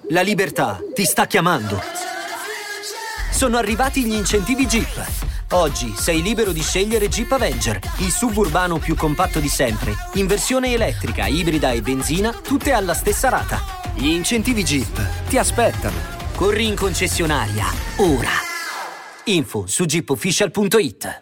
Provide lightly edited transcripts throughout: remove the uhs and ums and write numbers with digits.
La libertà ti sta chiamando. Sono arrivati gli incentivi Jeep. Oggi sei libero di scegliere Jeep Avenger, il SUV urbano più compatto di sempre, in versione elettrica, ibrida e benzina, tutte alla stessa rata. Gli incentivi Jeep ti aspettano. Corri in concessionaria, ora. Info su jeepofficial.it.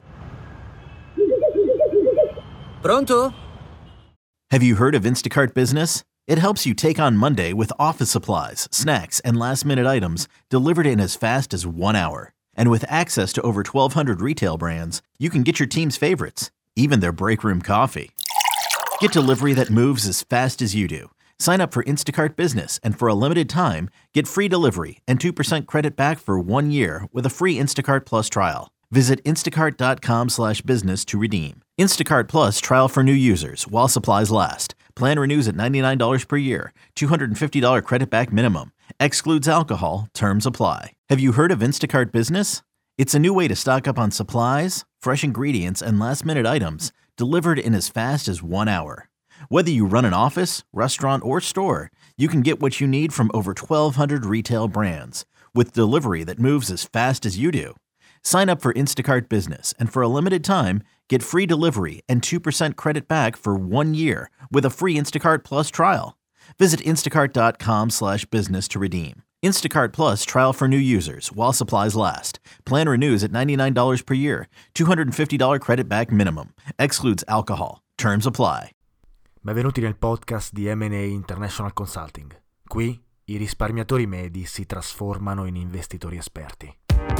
Pronto? Have you heard of Instacart Business? It helps you take on Monday with office supplies, snacks, and last-minute items delivered in as fast as 1 hour. And with access to over 1,200 retail brands, you can get your team's favorites, even their break room coffee. Get delivery that moves as fast as you do. Sign up for Instacart Business, and for a limited time, get free delivery and 2% credit back for 1 year with a free Instacart Plus trial. Visit instacart.com/business to redeem. Instacart Plus trial for new users while supplies last. Plan renews at $99 per year. $250 credit back minimum. Excludes alcohol. Terms apply. Have you heard of Instacart Business? It's a new way to stock up on supplies, fresh ingredients, and last-minute items delivered in as fast as 1 hour. Whether you run an office, restaurant, or store, you can get what you need from over 1,200 retail brands with delivery that moves as fast as you do. Sign up for Instacart Business, and for a limited time, get free delivery and 2% credit back for 1 year with a free Instacart Plus trial. Visit instacart.com/business to redeem. Instacart Plus trial for new users while supplies last. Plan renews at $99 per year. $250 credit back minimum. Excludes alcohol. Terms apply. Benvenuti nel podcast di M&A International Consulting. Qui i risparmiatori medi si trasformano in investitori esperti.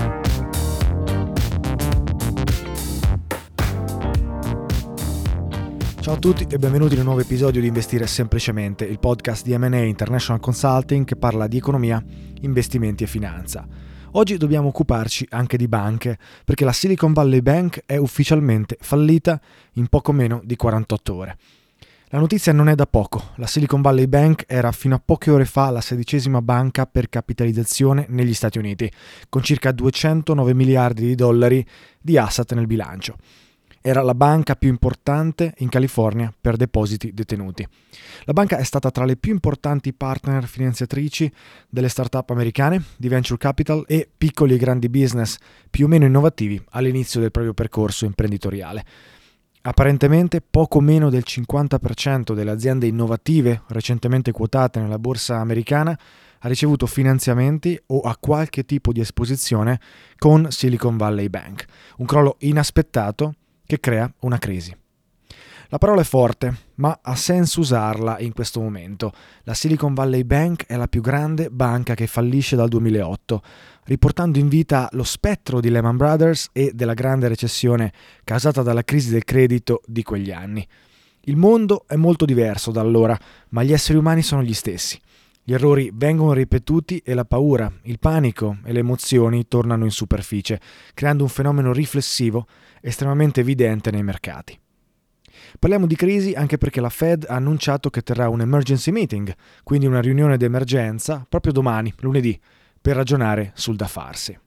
Ciao a tutti e benvenuti in un nuovo episodio di Investire Semplicemente, il podcast di M&A International Consulting che parla di economia, investimenti e finanza. Oggi dobbiamo occuparci anche di banche, perché la Silicon Valley Bank è ufficialmente fallita in poco meno di 48 ore. La notizia non è da poco. La Silicon Valley Bank era fino a poche ore fa la 16ª banca per capitalizzazione negli Stati Uniti, con circa 209 miliardi di dollari di asset nel bilancio. Era la banca più importante in California per depositi detenuti. La banca è stata tra le più importanti partner finanziatrici delle start-up americane, di venture capital e piccoli e grandi business più o meno innovativi all'inizio del proprio percorso imprenditoriale. Apparentemente poco meno del 50% delle aziende innovative recentemente quotate nella borsa americana ha ricevuto finanziamenti o ha qualche tipo di esposizione con Silicon Valley Bank. Un crollo inaspettato che crea una crisi. La parola è forte, ma ha senso usarla in questo momento. La Silicon Valley Bank è la più grande banca che fallisce dal 2008, riportando in vita lo spettro di Lehman Brothers e della grande recessione causata dalla crisi del credito di quegli anni. Il mondo è molto diverso da allora, ma gli esseri umani sono gli stessi. Gli errori vengono ripetuti e la paura, il panico e le emozioni tornano in superficie, creando un fenomeno riflessivo estremamente evidente nei mercati. Parliamo di crisi anche perché la Fed ha annunciato che terrà un emergency meeting, quindi una riunione d'emergenza, proprio domani, lunedì, per ragionare sul da farsi.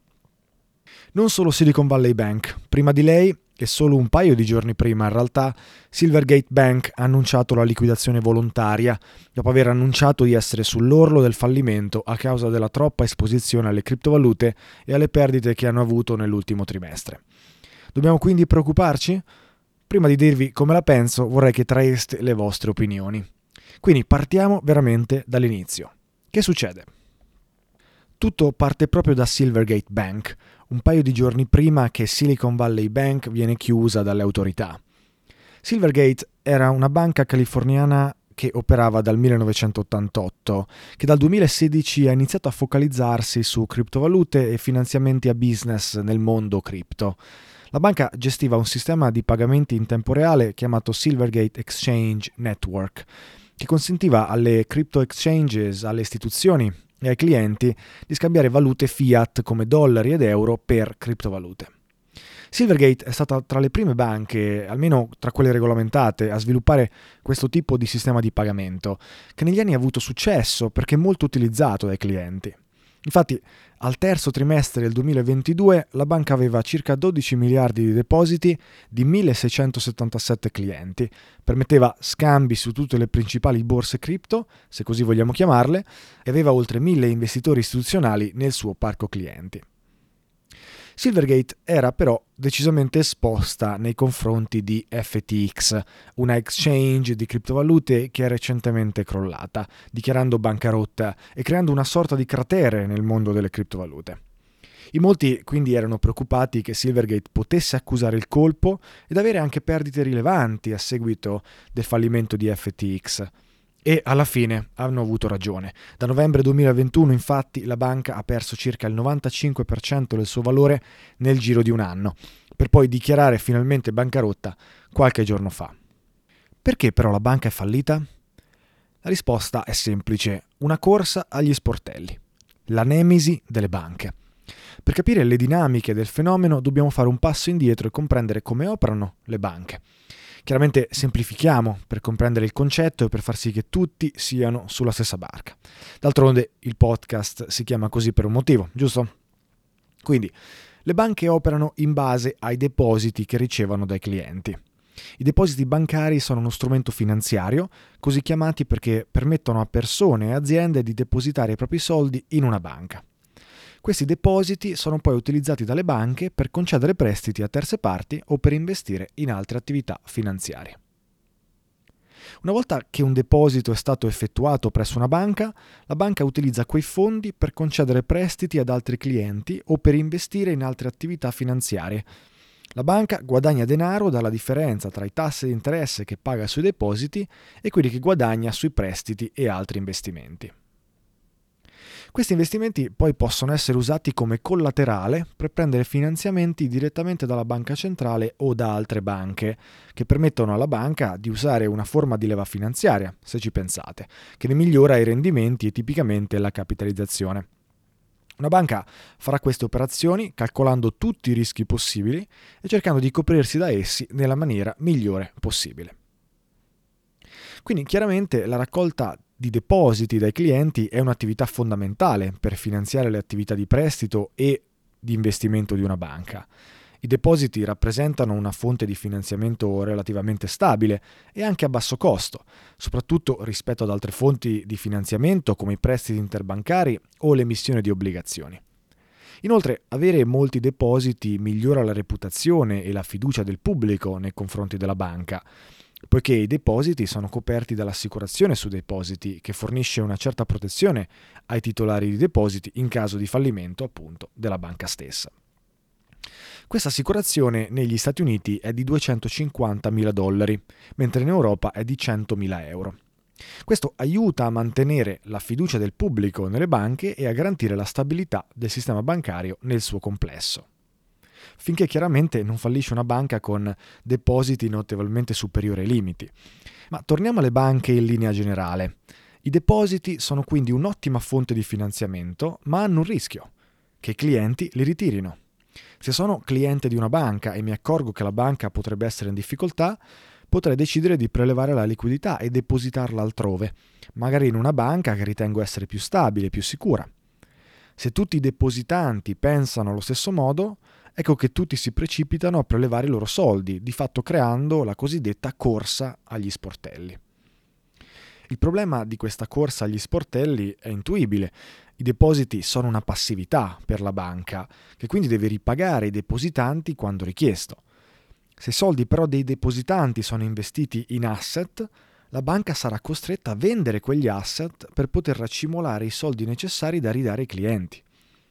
Non solo Silicon Valley Bank, prima di lei, e solo un paio di giorni prima in realtà, Silvergate Bank ha annunciato la liquidazione volontaria, dopo aver annunciato di essere sull'orlo del fallimento a causa della troppa esposizione alle criptovalute e alle perdite che hanno avuto nell'ultimo trimestre. Dobbiamo quindi preoccuparci? Prima di dirvi come la penso, vorrei che traeste le vostre opinioni. Quindi partiamo veramente dall'inizio. Che succede? Tutto parte proprio da Silvergate Bank, un paio di giorni prima che Silicon Valley Bank viene chiusa dalle autorità. Silvergate era una banca californiana che operava dal 1988, che dal 2016 ha iniziato a focalizzarsi su criptovalute e finanziamenti a business nel mondo cripto. La banca gestiva un sistema di pagamenti in tempo reale chiamato Silvergate Exchange Network, che consentiva alle crypto exchanges, alle istituzioni e ai clienti di scambiare valute fiat come dollari ed euro per criptovalute. Silvergate è stata tra le prime banche, almeno tra quelle regolamentate, a sviluppare questo tipo di sistema di pagamento, che negli anni ha avuto successo perché è molto utilizzato dai clienti. Infatti, al terzo trimestre del 2022 la banca aveva circa 12 miliardi di depositi di 1677 clienti, permetteva scambi su tutte le principali borse cripto, se così vogliamo chiamarle, e aveva oltre 1000 investitori istituzionali nel suo parco clienti. Silvergate era però decisamente esposta nei confronti di FTX, una exchange di criptovalute che è recentemente crollata, dichiarando bancarotta e creando una sorta di cratere nel mondo delle criptovalute. In molti quindi erano preoccupati che Silvergate potesse accusare il colpo ed avere anche perdite rilevanti a seguito del fallimento di FTX. E alla fine hanno avuto ragione. Da novembre 2021 infatti la banca ha perso circa il 95% del suo valore nel giro di un anno, per poi dichiarare finalmente bancarotta qualche giorno fa. Perché però la banca è fallita? La risposta è semplice: una corsa agli sportelli, la nemesi delle banche. Per capire le dinamiche del fenomeno dobbiamo fare un passo indietro e comprendere come operano le banche. Chiaramente semplifichiamo per comprendere il concetto e per far sì che tutti siano sulla stessa barca. D'altronde il podcast si chiama così per un motivo, giusto? Quindi, le banche operano in base ai depositi che ricevono dai clienti. I depositi bancari sono uno strumento finanziario, così chiamati perché permettono a persone e aziende di depositare i propri soldi in una banca. Questi depositi sono poi utilizzati dalle banche per concedere prestiti a terze parti o per investire in altre attività finanziarie. Una volta che un deposito è stato effettuato presso una banca, la banca utilizza quei fondi per concedere prestiti ad altri clienti o per investire in altre attività finanziarie. La banca guadagna denaro dalla differenza tra i tassi di interesse che paga sui depositi e quelli che guadagna sui prestiti e altri investimenti. Questi investimenti poi possono essere usati come collaterale per prendere finanziamenti direttamente dalla banca centrale o da altre banche, che permettono alla banca di usare una forma di leva finanziaria, se ci pensate, che ne migliora i rendimenti e tipicamente la capitalizzazione. Una banca farà queste operazioni calcolando tutti i rischi possibili e cercando di coprirsi da essi nella maniera migliore possibile. Quindi chiaramente la raccolta di depositi dai clienti è un'attività fondamentale per finanziare le attività di prestito e di investimento di una banca. I depositi rappresentano una fonte di finanziamento relativamente stabile e anche a basso costo, soprattutto rispetto ad altre fonti di finanziamento come i prestiti interbancari o l'emissione di obbligazioni. Inoltre, avere molti depositi migliora la reputazione e la fiducia del pubblico nei confronti della banca, poiché i depositi sono coperti dall'assicurazione su depositi, che fornisce una certa protezione ai titolari di depositi in caso di fallimento, appunto, della banca stessa. Questa assicurazione negli Stati Uniti è di $250.000, mentre in Europa è di €100.000. Questo aiuta a mantenere la fiducia del pubblico nelle banche e a garantire la stabilità del sistema bancario nel suo complesso, finché chiaramente non fallisce una banca con depositi notevolmente superiori ai limiti. Ma torniamo alle banche in linea generale. I depositi sono quindi un'ottima fonte di finanziamento, ma hanno un rischio: che i clienti li ritirino. Se sono cliente di una banca e mi accorgo che la banca potrebbe essere in difficoltà, potrei decidere di prelevare la liquidità e depositarla altrove, magari in una banca che ritengo essere più stabile, più sicura. Se tutti i depositanti pensano allo stesso modo, ecco che tutti si precipitano a prelevare i loro soldi, di fatto creando la cosiddetta corsa agli sportelli. Il problema di questa corsa agli sportelli è intuibile. I depositi sono una passività per la banca, che quindi deve ripagare i depositanti quando richiesto. Se i soldi però dei depositanti sono investiti in asset, la banca sarà costretta a vendere quegli asset per poter raccimolare i soldi necessari da ridare ai clienti.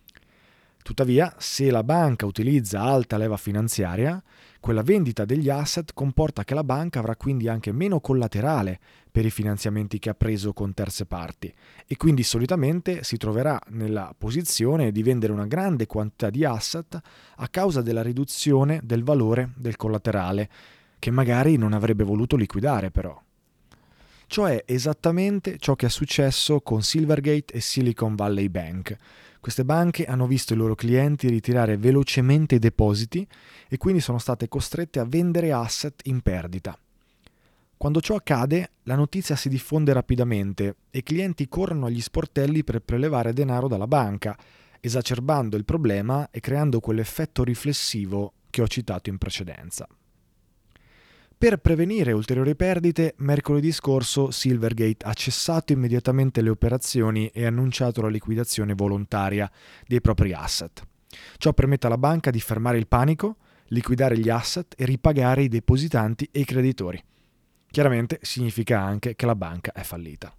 Tuttavia, se la banca utilizza alta leva finanziaria, quella vendita degli asset comporta che la banca avrà quindi anche meno collaterale per i finanziamenti che ha preso con terze parti e quindi solitamente si troverà nella posizione di vendere una grande quantità di asset a causa della riduzione del valore del collaterale, che magari non avrebbe voluto liquidare però. Ciò è esattamente ciò che è successo con Silvergate e Silicon Valley Bank. Queste banche hanno visto i loro clienti ritirare velocemente i depositi e quindi sono state costrette a vendere asset in perdita. Quando ciò accade, la notizia si diffonde rapidamente e i clienti corrono agli sportelli per prelevare denaro dalla banca, esacerbando il problema e creando quell'effetto riflessivo che ho citato in precedenza. Per prevenire ulteriori perdite, mercoledì scorso Silvergate ha cessato immediatamente le operazioni e ha annunciato la liquidazione volontaria dei propri asset. Ciò permette alla banca di fermare il panico, liquidare gli asset e ripagare i depositanti e i creditori. Chiaramente significa anche che la banca è fallita.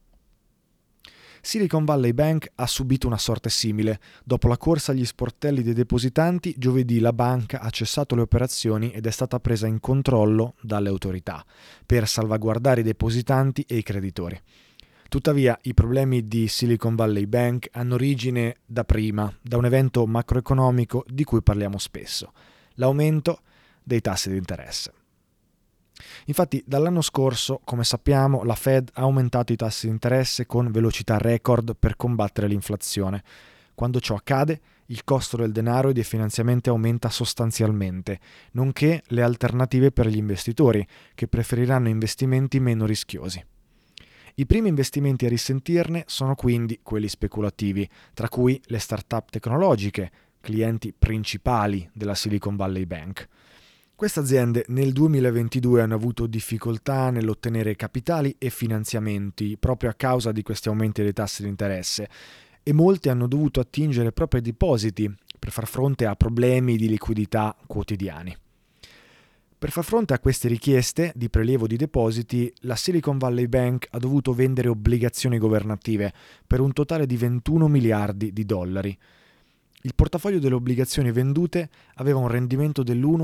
Silicon Valley Bank ha subito una sorte simile. Dopo la corsa agli sportelli dei depositanti, giovedì la banca ha cessato le operazioni ed è stata presa in controllo dalle autorità per salvaguardare i depositanti e i creditori. Tuttavia, i problemi di Silicon Valley Bank hanno origine da prima, da un evento macroeconomico di cui parliamo spesso: l'aumento dei tassi di interesse. Infatti, dall'anno scorso, come sappiamo, la Fed ha aumentato i tassi di interesse con velocità record per combattere l'inflazione. Quando ciò accade, il costo del denaro e dei finanziamenti aumenta sostanzialmente, nonché le alternative per gli investitori, che preferiranno investimenti meno rischiosi. I primi investimenti a risentirne sono quindi quelli speculativi, tra cui le start-up tecnologiche, clienti principali della Silicon Valley Bank. Queste aziende nel 2022 hanno avuto difficoltà nell'ottenere capitali e finanziamenti proprio a causa di questi aumenti dei tassi di interesse e molte hanno dovuto attingere ai propri depositi per far fronte a problemi di liquidità quotidiani. Per far fronte a queste richieste di prelievo di depositi, la Silicon Valley Bank ha dovuto vendere obbligazioni governative per un totale di 21 miliardi di dollari. Il portafoglio delle obbligazioni vendute aveva un rendimento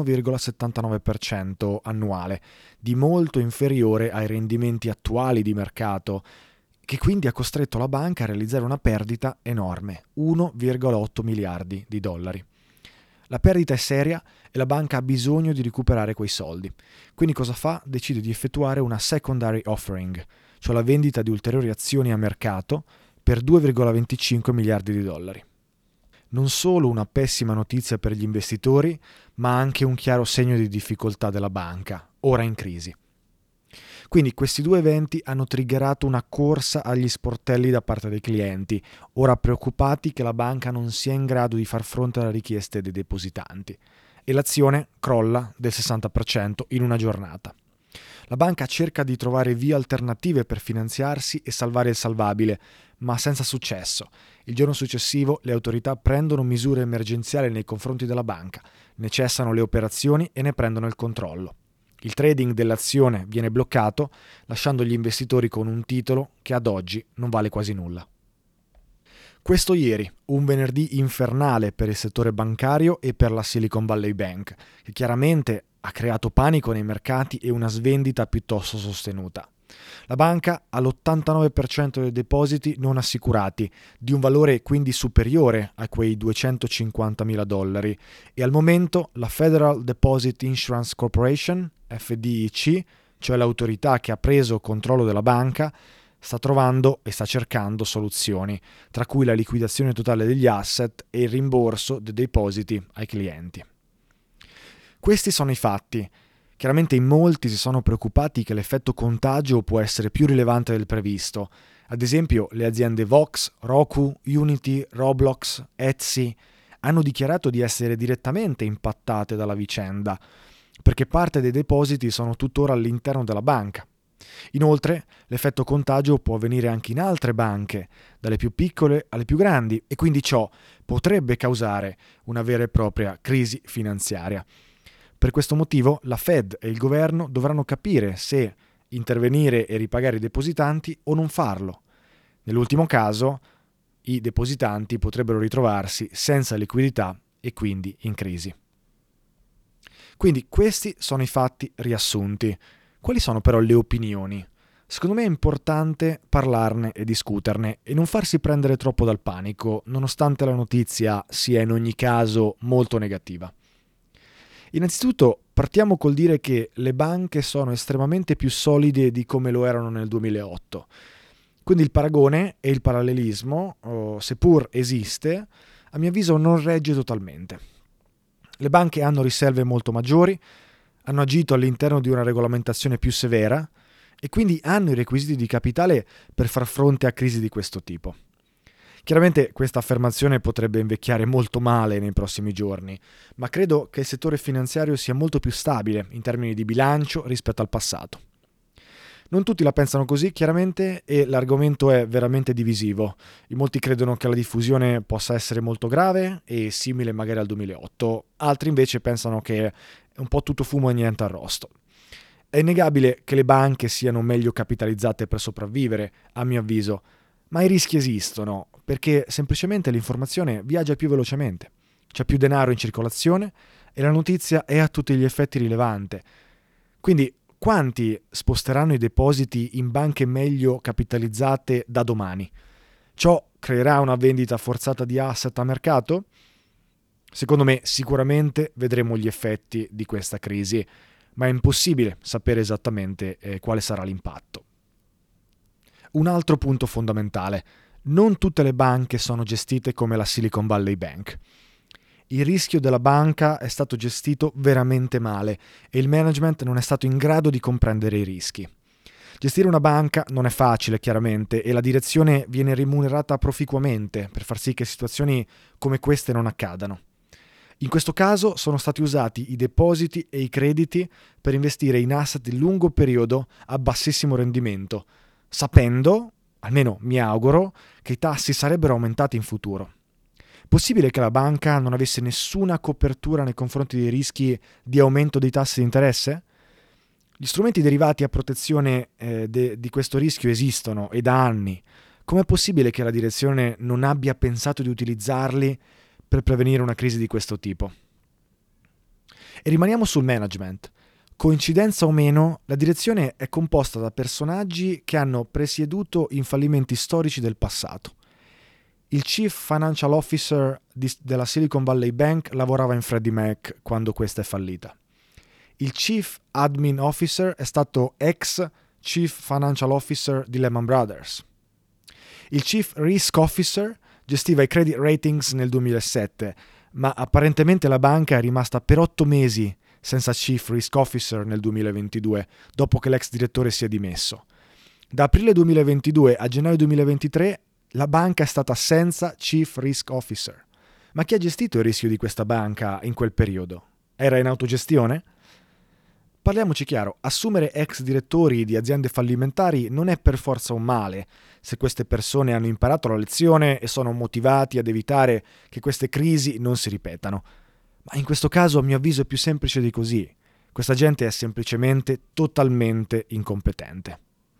dell'1,79% annuale, di molto inferiore ai rendimenti attuali di mercato, che quindi ha costretto la banca a realizzare una perdita enorme, 1,8 miliardi di dollari. La perdita è seria e la banca ha bisogno di recuperare quei soldi. Quindi cosa fa? Decide di effettuare una secondary offering, cioè la vendita di ulteriori azioni a mercato per 2,25 miliardi di dollari. Non solo una pessima notizia per gli investitori, ma anche un chiaro segno di difficoltà della banca, ora in crisi. Quindi questi due eventi hanno triggerato una corsa agli sportelli da parte dei clienti, ora preoccupati che la banca non sia in grado di far fronte alle richieste dei depositanti. E l'azione crolla del 60% in una giornata. La banca cerca di trovare vie alternative per finanziarsi e salvare il salvabile, ma senza successo. Il giorno successivo le autorità prendono misure emergenziali nei confronti della banca, ne cessano le operazioni e ne prendono il controllo. Il trading dell'azione viene bloccato, lasciando gli investitori con un titolo che ad oggi non vale quasi nulla. Questo ieri, un venerdì infernale per il settore bancario e per la Silicon Valley Bank, che chiaramente ha creato panico nei mercati e una svendita piuttosto sostenuta. La banca ha l'89% dei depositi non assicurati, di un valore quindi superiore a quei $250.000, e al momento la Federal Deposit Insurance Corporation, FDIC, cioè l'autorità che ha preso controllo della banca, sta trovando e sta cercando soluzioni, tra cui la liquidazione totale degli asset e il rimborso dei depositi ai clienti. Questi sono i fatti. Chiaramente in molti si sono preoccupati che l'effetto contagio può essere più rilevante del previsto. Ad esempio, le aziende Vox, Roku, Unity, Roblox, Etsy hanno dichiarato di essere direttamente impattate dalla vicenda, perché parte dei depositi sono tuttora all'interno della banca. Inoltre, l'effetto contagio può avvenire anche in altre banche, dalle più piccole alle più grandi, e quindi ciò potrebbe causare una vera e propria crisi finanziaria. Per questo motivo la Fed e il governo dovranno capire se intervenire e ripagare i depositanti o non farlo. Nell'ultimo caso, i depositanti potrebbero ritrovarsi senza liquidità e quindi in crisi. Quindi questi sono i fatti riassunti. Quali sono però le opinioni? Secondo me è importante parlarne e discuterne e non farsi prendere troppo dal panico, nonostante la notizia sia in ogni caso molto negativa. Innanzitutto partiamo col dire che le banche sono estremamente più solide di come lo erano nel 2008. Quindi il paragone e il parallelismo, seppur esiste, a mio avviso non regge totalmente. Le banche hanno riserve molto maggiori, hanno agito all'interno di una regolamentazione più severa e quindi hanno i requisiti di capitale per far fronte a crisi di questo tipo. Chiaramente questa affermazione potrebbe invecchiare molto male nei prossimi giorni, ma credo che il settore finanziario sia molto più stabile in termini di bilancio rispetto al passato. Non tutti la pensano così, chiaramente, e l'argomento è veramente divisivo. In molti credono che la diffusione possa essere molto grave e simile magari al 2008, altri invece pensano che è un po' tutto fumo e niente arrosto. È innegabile che le banche siano meglio capitalizzate per sopravvivere, a mio avviso, ma i rischi esistono, perché semplicemente l'informazione viaggia più velocemente, c'è più denaro in circolazione e la notizia è a tutti gli effetti rilevante. Quindi, quanti sposteranno i depositi in banche meglio capitalizzate da domani? Ciò creerà una vendita forzata di asset a mercato? Secondo me sicuramente vedremo gli effetti di questa crisi, ma è impossibile sapere esattamente quale sarà l'impatto. Un altro punto fondamentale: non tutte le banche sono gestite come la Silicon Valley Bank. Il rischio della banca è stato gestito veramente male e il management non è stato in grado di comprendere i rischi. Gestire una banca non è facile, chiaramente, e la direzione viene rimunerata proficuamente per far sì che situazioni come queste non accadano. In questo caso sono stati usati i depositi e i crediti per investire in asset di lungo periodo a bassissimo rendimento, sapendo, almeno mi auguro, che i tassi sarebbero aumentati in futuro. Possibile che la banca non avesse nessuna copertura nei confronti dei rischi di aumento dei tassi di interesse? Gli strumenti derivati a protezione di questo rischio esistono e da anni. Com'è possibile che la direzione non abbia pensato di utilizzarli per prevenire una crisi di questo tipo? E rimaniamo sul management. Coincidenza o meno, la direzione è composta da personaggi che hanno presieduto in fallimenti storici del passato. Il Chief Financial Officer della Silicon Valley Bank lavorava in Freddie Mac quando questa è fallita. Il Chief Admin Officer è stato ex Chief Financial Officer di Lehman Brothers. Il Chief Risk Officer gestiva i credit ratings nel 2007, ma apparentemente la banca è rimasta per 8 mesi senza Chief Risk Officer nel 2022, dopo che l'ex direttore si è dimesso. Da aprile 2022 a gennaio 2023 la banca è stata senza Chief Risk Officer. Ma chi ha gestito il rischio di questa banca in quel periodo? Era in autogestione? Parliamoci chiaro, assumere ex direttori di aziende fallimentari non è per forza un male, se queste persone hanno imparato la lezione e sono motivati ad evitare che queste crisi non si ripetano. Ma in questo caso, a mio avviso, è più semplice di così. Questa gente è semplicemente totalmente incompetente.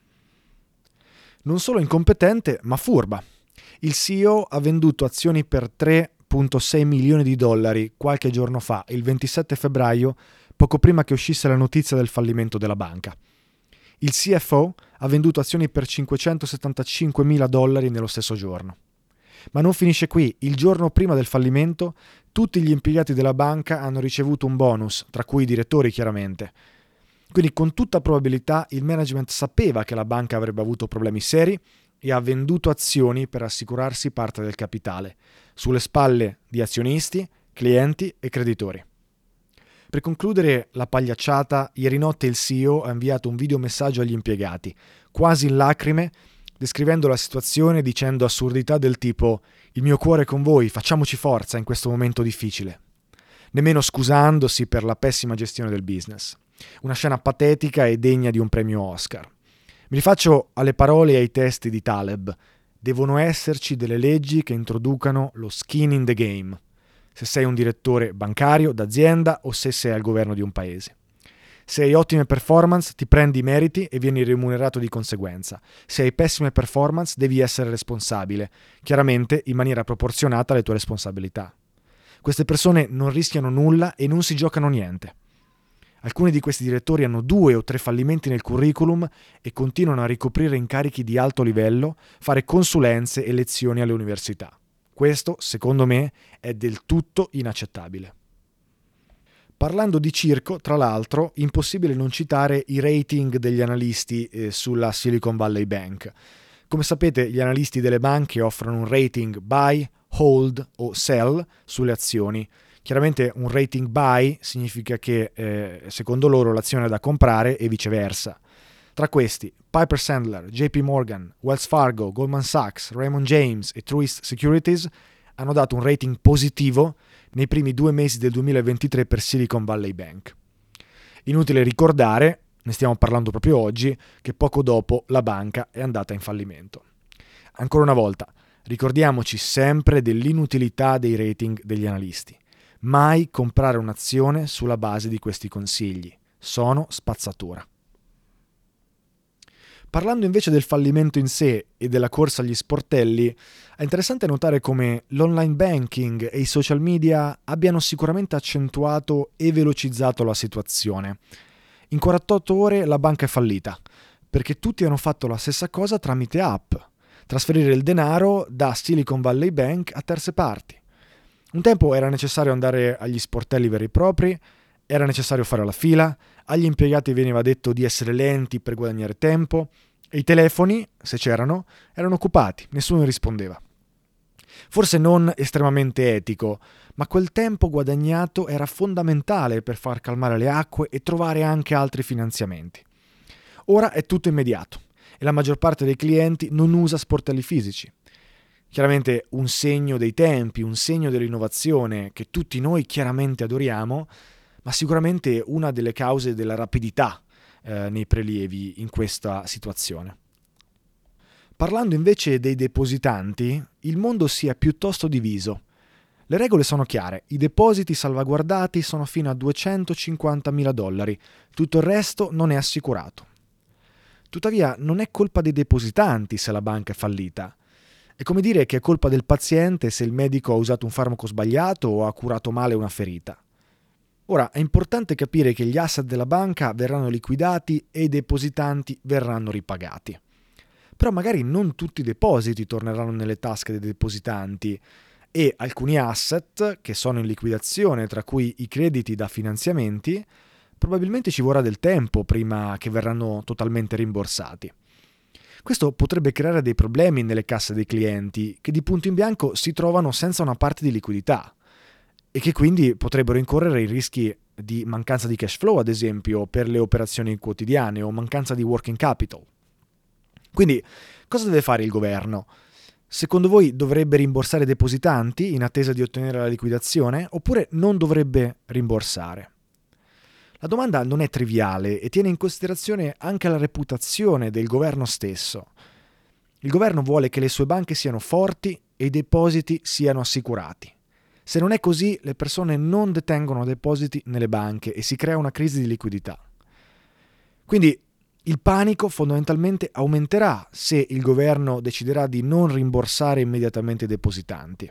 Non solo incompetente, ma furba. Il CEO ha venduto azioni per $3,6 milioni qualche giorno fa, il 27 febbraio, poco prima che uscisse la notizia del fallimento della banca. Il CFO ha venduto azioni per $575.000 nello stesso giorno. Ma non finisce qui. Il giorno prima del fallimento, tutti gli impiegati della banca hanno ricevuto un bonus, tra cui i direttori chiaramente. Quindi con tutta probabilità il management sapeva che la banca avrebbe avuto problemi seri e ha venduto azioni per assicurarsi parte del capitale, sulle spalle di azionisti, clienti e creditori. Per concludere la pagliacciata, ieri notte il CEO ha inviato un videomessaggio agli impiegati, quasi in lacrime, descrivendo la situazione dicendo assurdità del tipo «Il mio cuore è con voi, facciamoci forza in questo momento difficile», nemmeno scusandosi per la pessima gestione del business. Una scena patetica e degna di un premio Oscar. Mi rifaccio alle parole e ai testi di Taleb. Devono esserci delle leggi che introducano lo skin in the game, se sei un direttore bancario, d'azienda o se sei al governo di un paese. Se hai ottime performance ti prendi i meriti e vieni remunerato di conseguenza. Se hai pessime performance devi essere responsabile, chiaramente in maniera proporzionata alle tue responsabilità. Queste persone non rischiano nulla e non si giocano niente. Alcuni di questi direttori hanno 2 o 3 fallimenti nel curriculum e continuano a ricoprire incarichi di alto livello, fare consulenze e lezioni alle università. Questo, secondo me, è del tutto inaccettabile. Parlando di circo, tra l'altro, impossibile non citare i rating degli analisti sulla Silicon Valley Bank. Come sapete, gli analisti delle banche offrono un rating buy, hold o sell sulle azioni. Chiaramente un rating buy significa che secondo loro l'azione è da comprare e viceversa. Tra questi, Piper Sandler, JP Morgan, Wells Fargo, Goldman Sachs, Raymond James e Truist Securities hanno dato un rating positivo nei primi 2 mesi del 2023 per Silicon Valley Bank. Inutile ricordare, ne stiamo parlando proprio oggi, che poco dopo la banca è andata in fallimento. Ancora una volta, ricordiamoci sempre dell'inutilità dei rating degli analisti. Mai comprare un'azione sulla base di questi consigli. Sono spazzatura. Parlando invece del fallimento in sé e della corsa agli sportelli, è interessante notare come l'online banking e i social media abbiano sicuramente accentuato e velocizzato la situazione. In 48 ore la banca è fallita, perché tutti hanno fatto la stessa cosa tramite app, trasferire il denaro da Silicon Valley Bank a terze parti. Un tempo era necessario andare agli sportelli veri e propri, era necessario fare la fila, agli impiegati veniva detto di essere lenti per guadagnare tempo e i telefoni, se c'erano, erano occupati, nessuno rispondeva. Forse non estremamente etico, ma quel tempo guadagnato era fondamentale per far calmare le acque e trovare anche altri finanziamenti. Ora è tutto immediato e la maggior parte dei clienti non usa sportelli fisici. Chiaramente un segno dei tempi, un segno dell'innovazione che tutti noi chiaramente adoriamo, ma sicuramente una delle cause della rapidità nei prelievi in questa situazione. Parlando invece dei depositanti, il mondo si è piuttosto diviso. Le regole sono chiare, i depositi salvaguardati sono fino a $250.000, tutto il resto non è assicurato. Tuttavia non è colpa dei depositanti se la banca è fallita. È come dire che è colpa del paziente se il medico ha usato un farmaco sbagliato o ha curato male una ferita. Ora, è importante capire che gli asset della banca verranno liquidati e i depositanti verranno ripagati. Però magari non tutti i depositi torneranno nelle tasche dei depositanti e alcuni asset che sono in liquidazione, tra cui i crediti da finanziamenti, probabilmente ci vorrà del tempo prima che verranno totalmente rimborsati. Questo potrebbe creare dei problemi nelle casse dei clienti che di punto in bianco si trovano senza una parte di liquidità e che quindi potrebbero incorrere i rischi di mancanza di cash flow, ad esempio, per le operazioni quotidiane o mancanza di working capital. Quindi, cosa deve fare il governo? Secondo voi dovrebbe rimborsare i depositanti in attesa di ottenere la liquidazione oppure non dovrebbe rimborsare? La domanda non è triviale e tiene in considerazione anche la reputazione del governo stesso. Il governo vuole che le sue banche siano forti e i depositi siano assicurati. Se non è così, le persone non detengono depositi nelle banche e si crea una crisi di liquidità. Quindi il panico fondamentalmente aumenterà se il governo deciderà di non rimborsare immediatamente i depositanti.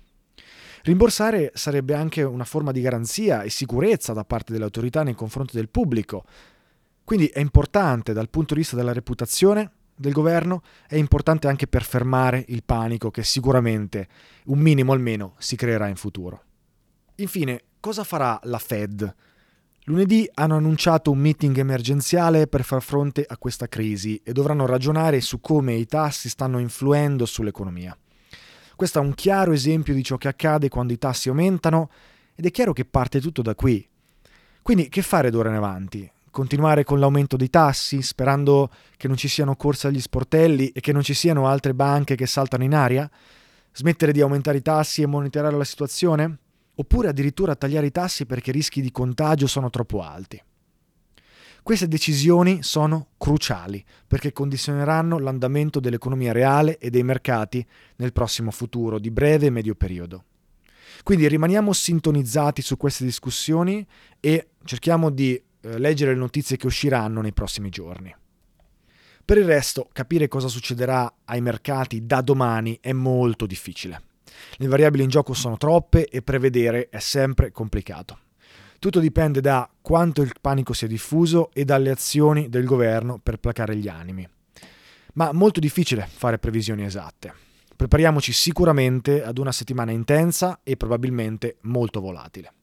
Rimborsare sarebbe anche una forma di garanzia e sicurezza da parte delle autorità nei confronti del pubblico. Quindi è importante dal punto di vista della reputazione del governo, è importante anche per fermare il panico che sicuramente, un minimo almeno, si creerà in futuro. Infine, cosa farà la Fed? Lunedì hanno annunciato un meeting emergenziale per far fronte a questa crisi e dovranno ragionare su come i tassi stanno influendo sull'economia. Questo è un chiaro esempio di ciò che accade quando i tassi aumentano ed è chiaro che parte tutto da qui. Quindi che fare d'ora in avanti? Continuare con l'aumento dei tassi, sperando che non ci siano corse agli sportelli e che non ci siano altre banche che saltano in aria? Smettere di aumentare i tassi e monitorare la situazione? Oppure addirittura tagliare i tassi perché i rischi di contagio sono troppo alti? Queste decisioni sono cruciali perché condizioneranno l'andamento dell'economia reale e dei mercati nel prossimo futuro di breve e medio periodo. Quindi rimaniamo sintonizzati su queste discussioni e cerchiamo di leggere le notizie che usciranno nei prossimi giorni. Per il resto, capire cosa succederà ai mercati da domani è molto difficile. Le variabili in gioco sono troppe e prevedere è sempre complicato. Tutto dipende da quanto il panico sia diffuso e dalle azioni del governo per placare gli animi. Ma molto difficile fare previsioni esatte. Prepariamoci sicuramente ad una settimana intensa e probabilmente molto volatile.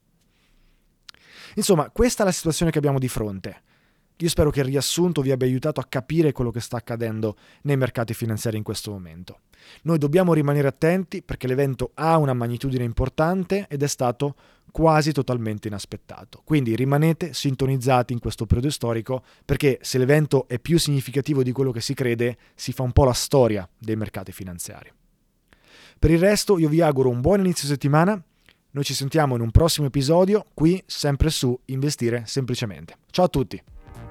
Insomma, questa è la situazione che abbiamo di fronte. Io spero che il riassunto vi abbia aiutato a capire quello che sta accadendo nei mercati finanziari in questo momento. Noi dobbiamo rimanere attenti perché l'evento ha una magnitudine importante ed è stato quasi totalmente inaspettato. Quindi rimanete sintonizzati in questo periodo storico, perché se l'evento è più significativo di quello che si crede, si fa un po' la storia dei mercati finanziari. Per il resto io vi auguro un buon inizio settimana. Noi ci sentiamo in un prossimo episodio, qui sempre su Investire Semplicemente. Ciao a tutti!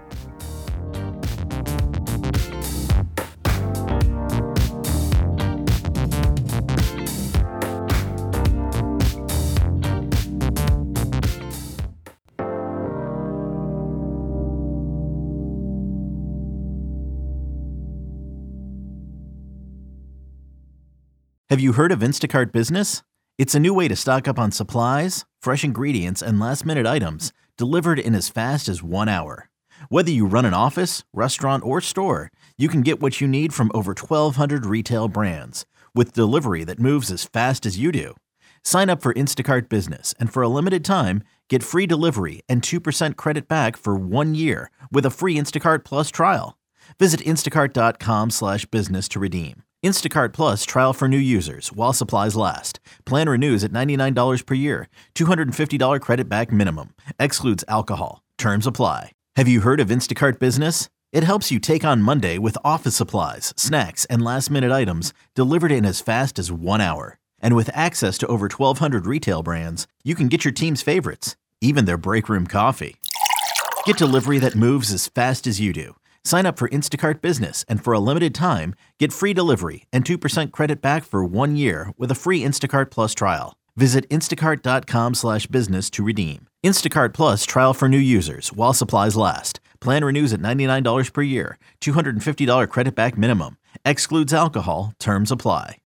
Have you heard of Instacart Business? It's a new way to stock up on supplies, fresh ingredients, and last-minute items delivered in as fast as 1 hour. Whether you run an office, restaurant, or store, you can get what you need from over 1,200 retail brands with delivery that moves as fast as you do. Sign up for Instacart Business, and for a limited time, get free delivery and 2% credit back for 1 year with a free Instacart Plus trial. Visit instacart.com/business to redeem. Instacart Plus trial for new users while supplies last. Plan renews at $99 per year. $250 credit back minimum. Excludes alcohol. Terms apply. Have you heard of Instacart Business? It helps you take on Monday with office supplies, snacks, and last-minute items delivered in as fast as 1 hour. And with access to over 1,200 retail brands, you can get your team's favorites, even their break room coffee. Get delivery that moves as fast as you do. Sign up for Instacart Business, and for a limited time, get free delivery and 2% credit back for 1 year with a free Instacart Plus trial. Visit instacart.com/business to redeem. Instacart Plus trial for new users while supplies last. Plan renews at $99 per year. $250 credit back minimum. Excludes alcohol. Terms apply.